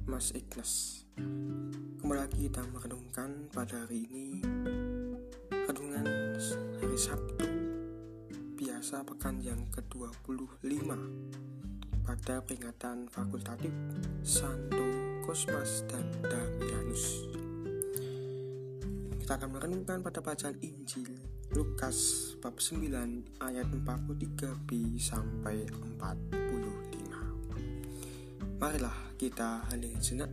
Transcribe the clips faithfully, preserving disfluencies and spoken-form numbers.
Mas Ignas. Kembali lagi kita merenungkan pada hari ini, renungan hari Sabtu biasa pekan yang ke dua puluh lima pada peringatan fakultatif Santo Cosmas dan Damianus. Kita akan merenungkan pada bacaan Injil Lukas bab sembilan ayat empat puluh tiga b sampai empat puluh lima. Marilah kita hening sejenak.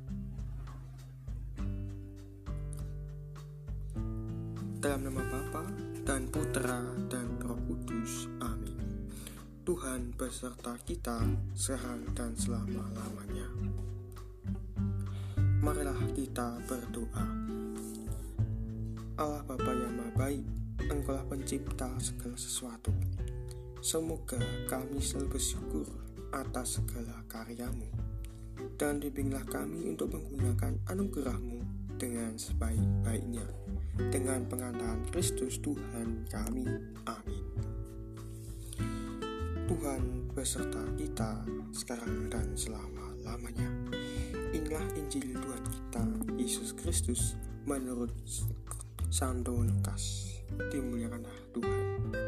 Dalam nama Bapa dan Putra dan Roh Kudus. Amin. Tuhan beserta kita sekarang dan selama-lamanya. Marilah kita berdoa. Allah Bapa yang Maha Baik, Engkaulah pencipta segala sesuatu. Semoga kami selalu bersyukur atas segala karya-Mu, dan bimbinglah kami untuk menggunakan anugerah-Mu dengan sebaik-baiknya, dengan pengantaran Kristus Tuhan kami. Amin. Tuhan beserta kita sekarang dan selama-lamanya. Inilah Injil Tuhan kita Yesus Kristus menurut Santo Lukas. Dimuliakanlah Tuhan.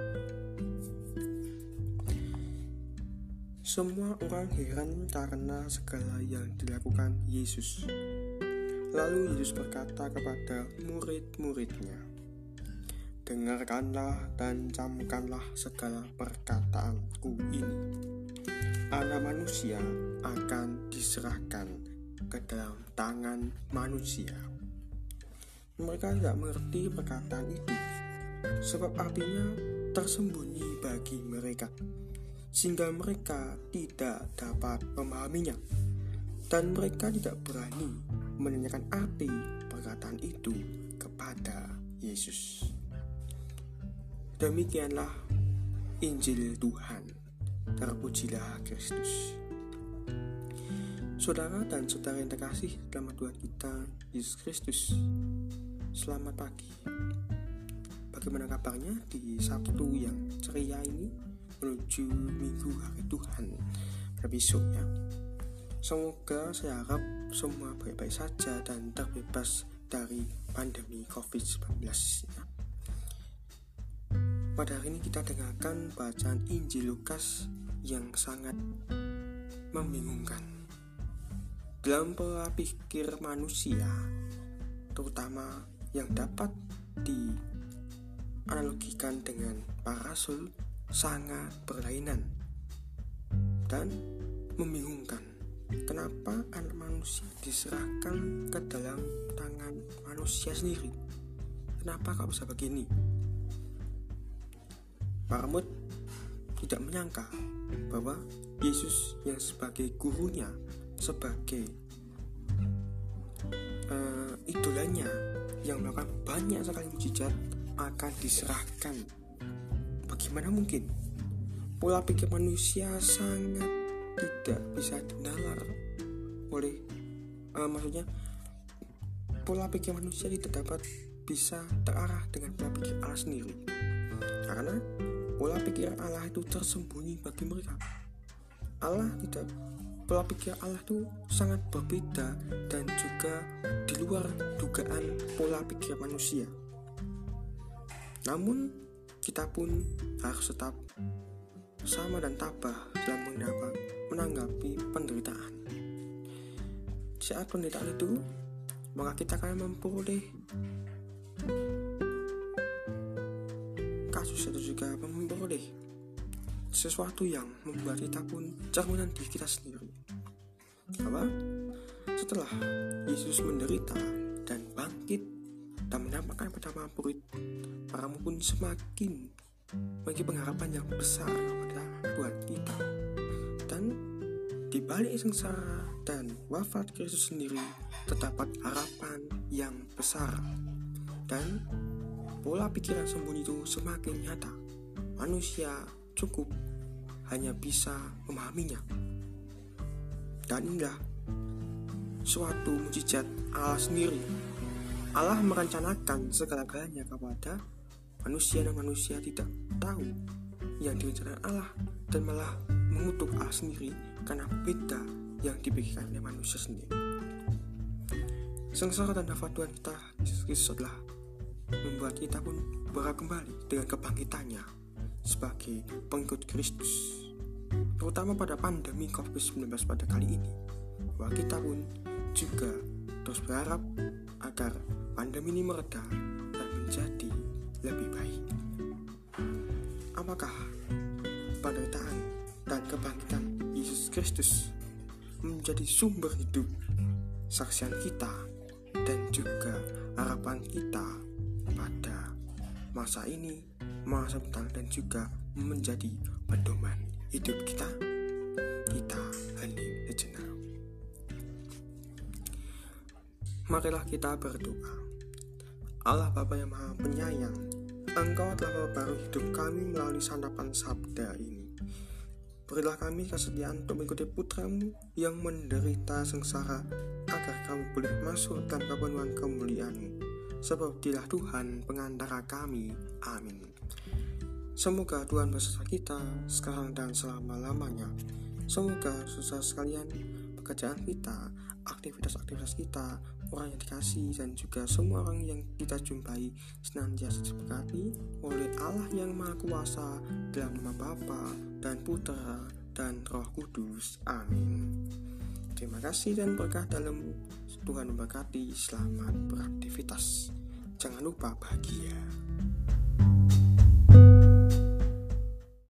Semua orang heran karena segala yang dilakukan Yesus. Lalu Yesus berkata kepada murid-muridnya, "Dengarkanlah dan camkanlah segala perkataanku ini. Anak manusia akan diserahkan ke dalam tangan manusia." Mereka tidak mengerti perkataan itu, sebab artinya tersembunyi bagi mereka, sehingga mereka tidak dapat memahaminya, dan mereka tidak berani menanyakan arti perkataan itu kepada Yesus. Demikianlah Injil Tuhan. Terpujilah Kristus. Saudara dan saudara yang terkasih dalam Tuhan kita Yesus Kristus, selamat pagi. Bagaimana kabarnya di Sabtu yang ceria ini menuju Minggu hari Tuhan besok ya? Semoga saya harap semua baik-baik saja dan terbebas dari pandemi covid sembilan belas ya. Pada hari ini kita dengarkan bacaan Injil Lukas yang sangat membingungkan. Dalam pola pikir manusia, terutama yang dapat dianalogikan dengan para rasul, sangat berlainan dan membingungkan. Kenapa anak manusia diserahkan ke dalam tangan manusia sendiri? Kenapa kok bisa begini? Para murid tidak menyangka bahwa Yesus yang sebagai gurunya, sebagai uh, idolanya yang melakukan banyak sekali mujizat akan diserahkan. Bagaimana mungkin? Pola pikir manusia sangat tidak bisa dinalar oleh uh, maksudnya pola pikir manusia tidak dapat bisa terarah dengan pola pikir Allah sendiri, karena pola pikir Allah itu tersembunyi bagi mereka. Allah tidak pola pikir Allah itu sangat berbeda dan juga di luar dugaan pola pikir manusia. Namun kita pun harus tetap sama dan tabah dalam menanggapi penderitaan. Di saat penderitaan itu, maka kita akan memperoleh kasus atau juga memperoleh sesuatu yang membuat kita pun cerminan diri kita sendiri. Apa? Setelah Yesus menderita dan bangkit dan menampakkan pada murid, para murid pun semakin memiliki pengharapan yang besar pada Tuhan kita. Dan di balik sengsara dan wafat Kristus sendiri terdapat harapan yang besar, dan pola pikiran sembunyi itu semakin nyata. Manusia cukup hanya bisa memahaminya. Dan inilah suatu mujizat Allah sendiri. Allah merencanakan segala-galanya kepada manusia, dan manusia tidak tahu yang direncanakan Allah, dan malah mengutuk Allah sendiri karena beda yang dipikirkan oleh manusia sendiri. Sengsara dan wafat Tuhan kita Yesus Kristus adalah membuat kita pun bergerak kembali dengan kebangkitannya sebagai pengikut Kristus. Terutama pada pandemi covid sembilan belas pada kali ini, bahwa kita pun juga terus berharap agar pandemi ini mereda dan menjadi lebih baik. Apakah penderitaan dan kebangkitan Yesus Kristus menjadi sumber hidup, saksian kita, dan juga harapan kita pada masa ini, masa depan, dan juga menjadi pedoman hidup kita? Kita hening sejenak. Marilah kita berdoa. Allah Bapa yang Maha Penyayang, Engkau telah membaru hidup kami melalui santapan sabda ini. Berilah kami kesediaan untuk mengikuti putra-Mu yang menderita sengsara, agar kami boleh masuk dalam kepenuhan kemuliaan-Mu. Sebab Dialah Tuhan pengantara kami. Amin. Semoga Tuhan beserta kita sekarang dan selama-lamanya. Semoga susah sekalian, pekerjaan kita, aktivitas-aktivitas kita, orang yang dikasihi, dan juga semua orang yang kita jumpai senantiasa diberkati oleh Allah yang Maha Kuasa, dalam nama Bapa dan Putra dan Roh Kudus. Amin. Terima kasih dan berkah dalam Tuhan memberkati. Selamat beraktivitas. Jangan lupa bahagia.